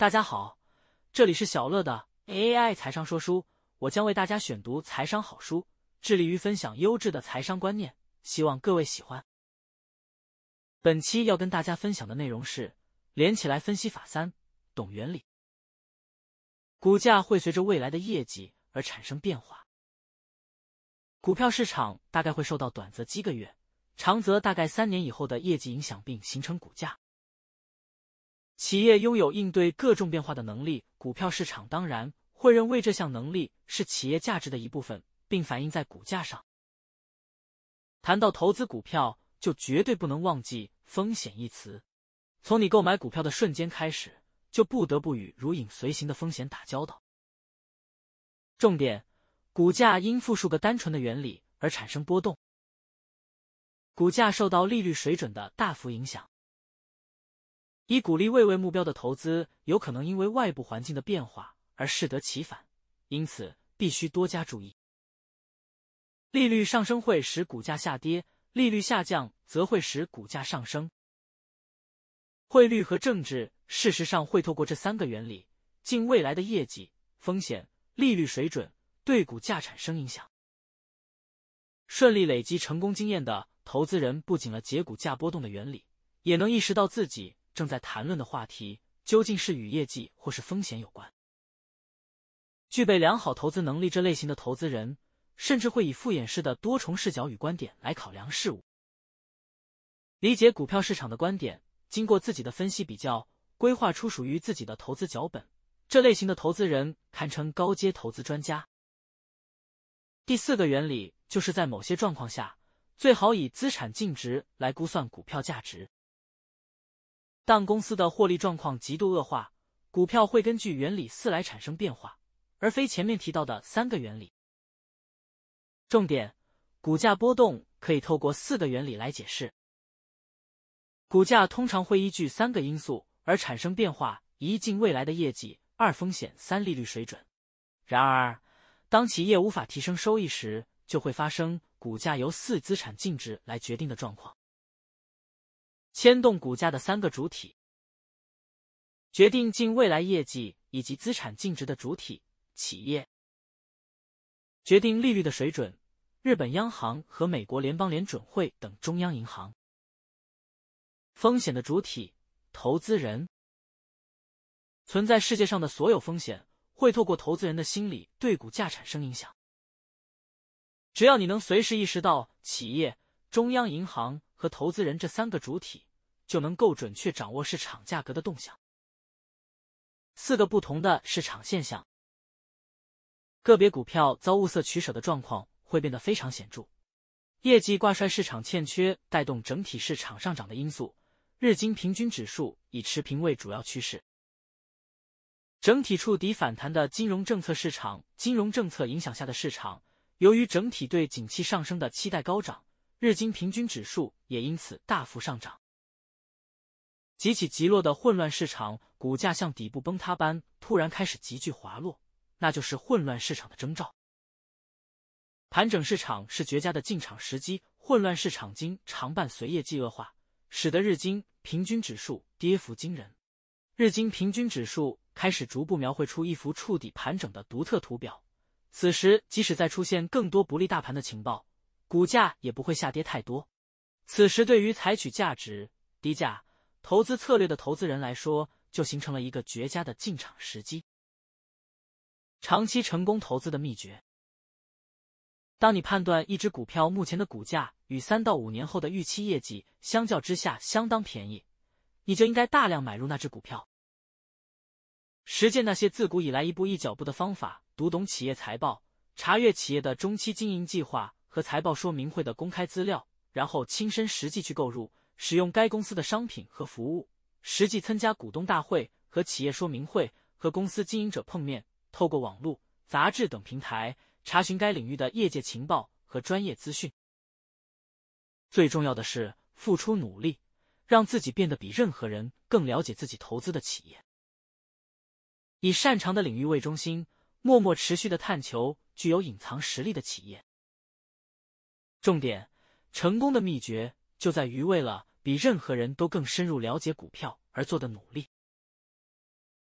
大家好，这里是小乐的 AI 财商说书，我将为大家选读财商好书，致力于分享优质的财商观念，希望各位喜欢。本期要跟大家分享的内容是连起来分析法3，懂原理。股价会随着未来的业绩而产生变化。股票市场大概会受到短则几个月，长则大概3年以后的业绩影响并形成股价。企业拥有应对各种变化的能力，股票市场当然会认为这项能力是企业价值的一部分，并反映在股价上。谈到投资股票，就绝对不能忘记风险一词。从你购买股票的瞬间开始，就不得不与如影随形的风险打交道。重点，股价因复数个单纯的原理而产生波动。股价受到利率水准的大幅影响。以股利为目标的投资，有可能因为外部环境的变化而适得其反，因此必须多加注意。利率上升会使股价下跌，利率下降则会使股价上升。汇率和政治事实上会透过这3个原理，近未来的业绩、风险、利率水准对股价产生影响。顺利累积成功经验的投资人不仅了解股价波动的原理，也能意识到自己正在谈论的话题究竟是与业绩或是风险有关。具备良好投资能力这类型的投资人，甚至会以复眼式的多重视角与观点来考量事物。理解股票市场的观点，经过自己的分析比较，规划出属于自己的投资脚本，这类型的投资人堪称高阶投资专家。第4个原理就是在某些状况下，最好以资产净值来估算股票价值。当公司的获利状况极度恶化，股票会根据原理4来产生变化，而非前面提到的3个原理。重点，股价波动可以透过4个原理来解释。股价通常会依据3个因素而产生变化：1近未来的业绩，2风险，3利率水准。然而，当企业无法提升收益时，就会发生股价由4资产净值来决定的状况。牵动股价的3个主体，决定近未来业绩以及资产净值的主体，企业；决定利率的水准，日本央行和美国联邦联准会等中央银行；风险的主体，投资人。存在世界上的所有风险会透过投资人的心理对股价产生影响。只要你能随时意识到企业、中央银行和投资人这3个主体，就能够准确掌握市场价格的动向。4个不同的市场现象。个别股票遭物色取舍的状况会变得非常显著。业绩挂帅市场欠缺带动整体市场上涨的因素，日经平均指数以持平为主要趋势。整体触底反弹的金融政策市场，金融政策影响下的市场，由于整体对景气上升的期待高涨，日经平均指数也因此大幅上涨。极起极落的混乱市场，股价像底部崩塌般突然开始急剧滑落，那就是混乱市场的征兆。盘整市场是绝佳的进场时机，混乱市场经常伴随业绩恶化，使得日经平均指数跌幅惊人。日经平均指数开始逐步描绘出一幅触底盘整的独特图表，此时即使再出现更多不利大盘的情报，股价也不会下跌太多。此时对于采取价值低价投资策略的投资人来说，就形成了一个绝佳的进场时机。长期成功投资的秘诀。当你判断一只股票目前的股价与3到5年后的预期业绩相较之下相当便宜，你就应该大量买入那只股票。实践那些自古以来一步一脚步的方法，读懂企业财报，查阅企业的中期经营计划和财报说明会的公开资料，然后亲身实际去购入，使用该公司的商品和服务，实际参加股东大会和企业说明会，和公司经营者碰面，透过网络、杂志等平台查询该领域的业界情报和专业资讯。最重要的是付出努力，让自己变得比任何人更了解自己投资的企业。以擅长的领域为中心，默默持续的探求具有隐藏实力的企业。重点，成功的秘诀就在于为了比任何人都更深入了解股票而做的努力。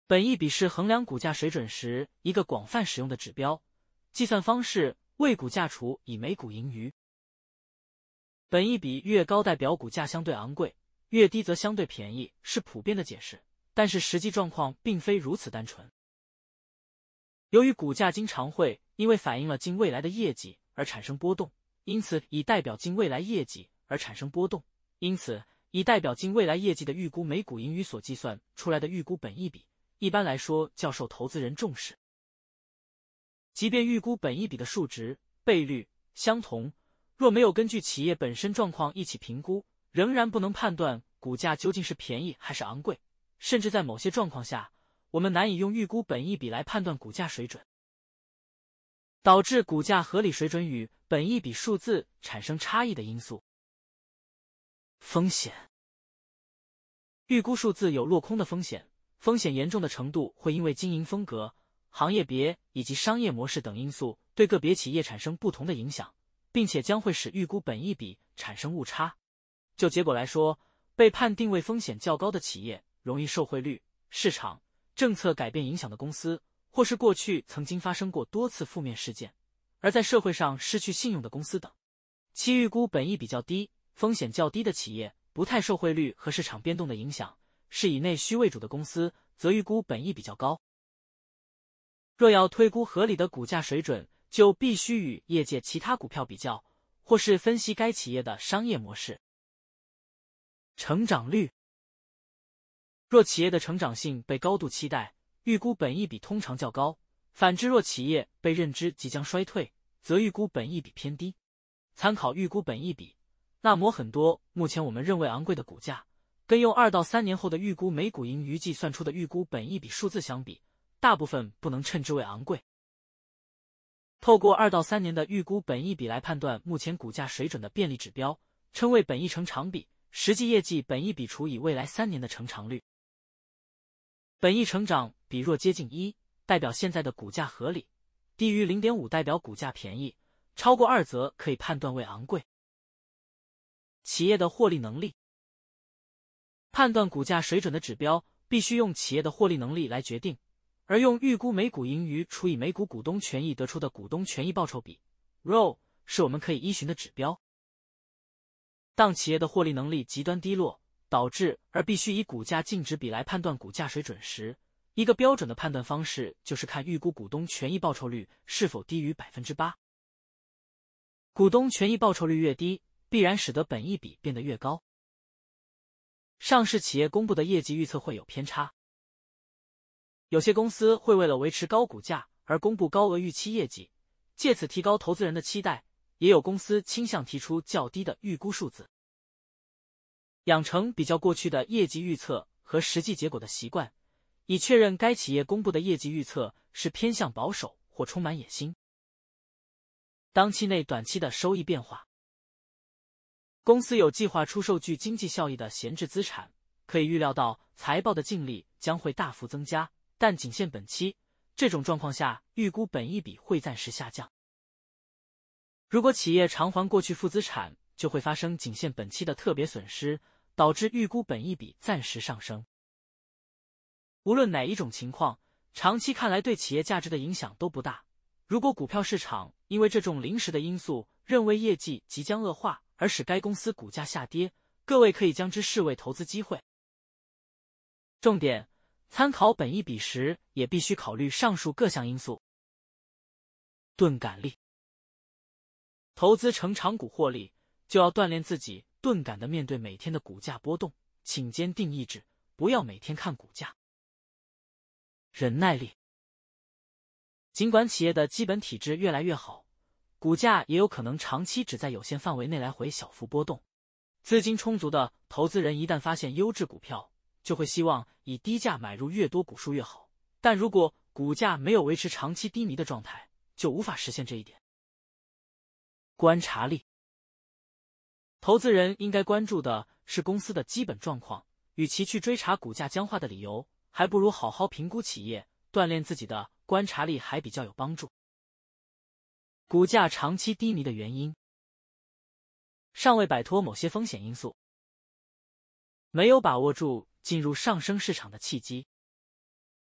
本益比是衡量股价水准时一个广泛使用的指标，计算方式为股价除以每股盈余。本益比越高代表股价相对昂贵，越低则相对便宜，是普遍的解释，但是实际状况并非如此单纯。由于股价经常会因为反映了近未来的业绩而产生波动，因此以代表近未来业绩而产生波动，因此以代表近未来业绩的预估每股盈余所计算出来的预估本益比，一般来说较受投资人重视。即便预估本益比的数值、倍率相同，若没有根据企业本身状况一起评估，仍然不能判断股价究竟是便宜还是昂贵，甚至在某些状况下，我们难以用预估本益比来判断股价水准。导致股价合理水准与本益比数字产生差异的因素。风险。预估数字有落空的风险，风险严重的程度会因为经营风格、行业别以及商业模式等因素对个别企业产生不同的影响，并且将会使预估本益比产生误差。就结果来说，被判定为风险较高的企业容易受汇率、市场、政策改变影响的公司，或是过去曾经发生过多次负面事件，而在社会上失去信用的公司等。其预估本益比较低、风险较低的企业，不太受汇率和市场变动的影响，是以内需为主的公司，则预估本益比较高。若要推估合理的股价水准，就必须与业界其他股票比较，或是分析该企业的商业模式。成长率。若企业的成长性被高度期待，预估本益比通常较高；反之，若企业被认知即将衰退，则预估本益比偏低。参考预估本益比，那么很多目前我们认为昂贵的股价，跟用2到3年后的预估每股盈余计算出的预估本益比数字相比，大部分不能称之为昂贵。透过2到3年的预估本益比来判断目前股价水准的便利指标，称为本益成长比，实际业绩本益比除以未来3年的成长率。本益成长比若接近1，代表现在的股价合理；低于 0.5 代表股价便宜；超过2则可以判断为昂贵。企业的获利能力。判断股价水准的指标必须用企业的获利能力来决定，而用预估每股盈余除以每股股东权益得出的股东权益报酬比 ROE 是我们可以依循的指标。当企业的获利能力极端低落，导致而必须以股价净值比来判断股价水准时，一个标准的判断方式就是看预估股东权益报酬率是否低于 8%。 股东权益报酬率越低，必然使得本益比变得越高。上市企业公布的业绩预测会有偏差，有些公司会为了维持高股价而公布高额预期业绩，借此提高投资人的期待，也有公司倾向提出较低的预估数字。养成比较过去的业绩预测和实际结果的习惯，以确认该企业公布的业绩预测是偏向保守或充满野心。当期内短期的收益变化。公司有计划出售具经济效益的闲置资产，可以预料到财报的净利将会大幅增加，但仅限本期，这种状况下预估本益比会暂时下降。如果企业偿还过去负资产，就会发生仅限本期的特别损失，导致预估本益比暂时上升。无论哪一种情况，长期看来对企业价值的影响都不大。如果股票市场因为这种临时的因素认为业绩即将恶化，而使该公司股价下跌，各位可以将之视为投资机会。重点，参考本益比时也必须考虑上述各项因素。钝感力。投资成长股获利，就要锻炼自己钝感地面对每天的股价波动，请坚定意志，不要每天看股价。忍耐力。尽管企业的基本体质越来越好，股价也有可能长期只在有限范围内来回小幅波动。资金充足的投资人一旦发现优质股票，就会希望以低价买入越多股数越好，但如果股价没有维持长期低迷的状态，就无法实现这一点。观察力。投资人应该关注的是公司的基本状况，与其去追查股价僵化的理由，还不如好好评估企业，锻炼自己的观察力还比较有帮助。股价长期低迷的原因。尚未摆脱某些风险因素，没有把握住进入上升市场的契机。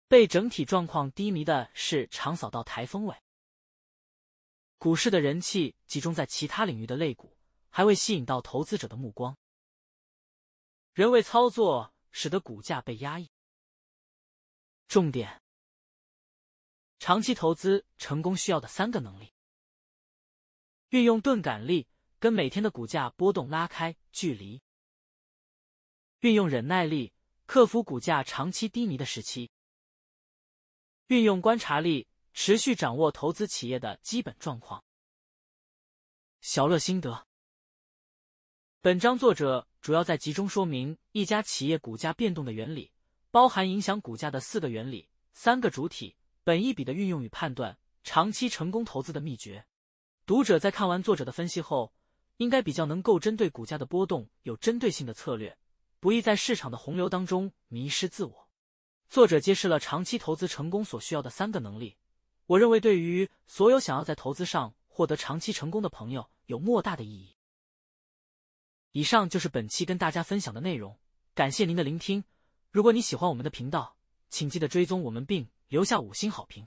被整体状况低迷的是长扫到台风尾。股市的人气集中在其他领域的类股，还未吸引到投资者的目光。人为操作使得股价被压抑。重点：长期投资成功需要的3个能力。运用钝感力，跟每天的股价波动拉开距离。运用忍耐力，克服股价长期低迷的时期。运用观察力，持续掌握投资企业的基本状况。小乐心得。本章作者主要在集中说明一家企业股价变动的原理，包含影响股价的4个原理、3个主体、本益比的运用与判断、长期成功投资的秘诀。读者在看完作者的分析后，应该比较能够针对股价的波动有针对性的策略，不易在市场的洪流当中迷失自我。作者揭示了长期投资成功所需要的3个能力，我认为对于所有想要在投资上获得长期成功的朋友有莫大的意义。以上就是本期跟大家分享的内容，感谢您的聆听。如果你喜欢我们的频道，请记得追踪我们并留下5星好评。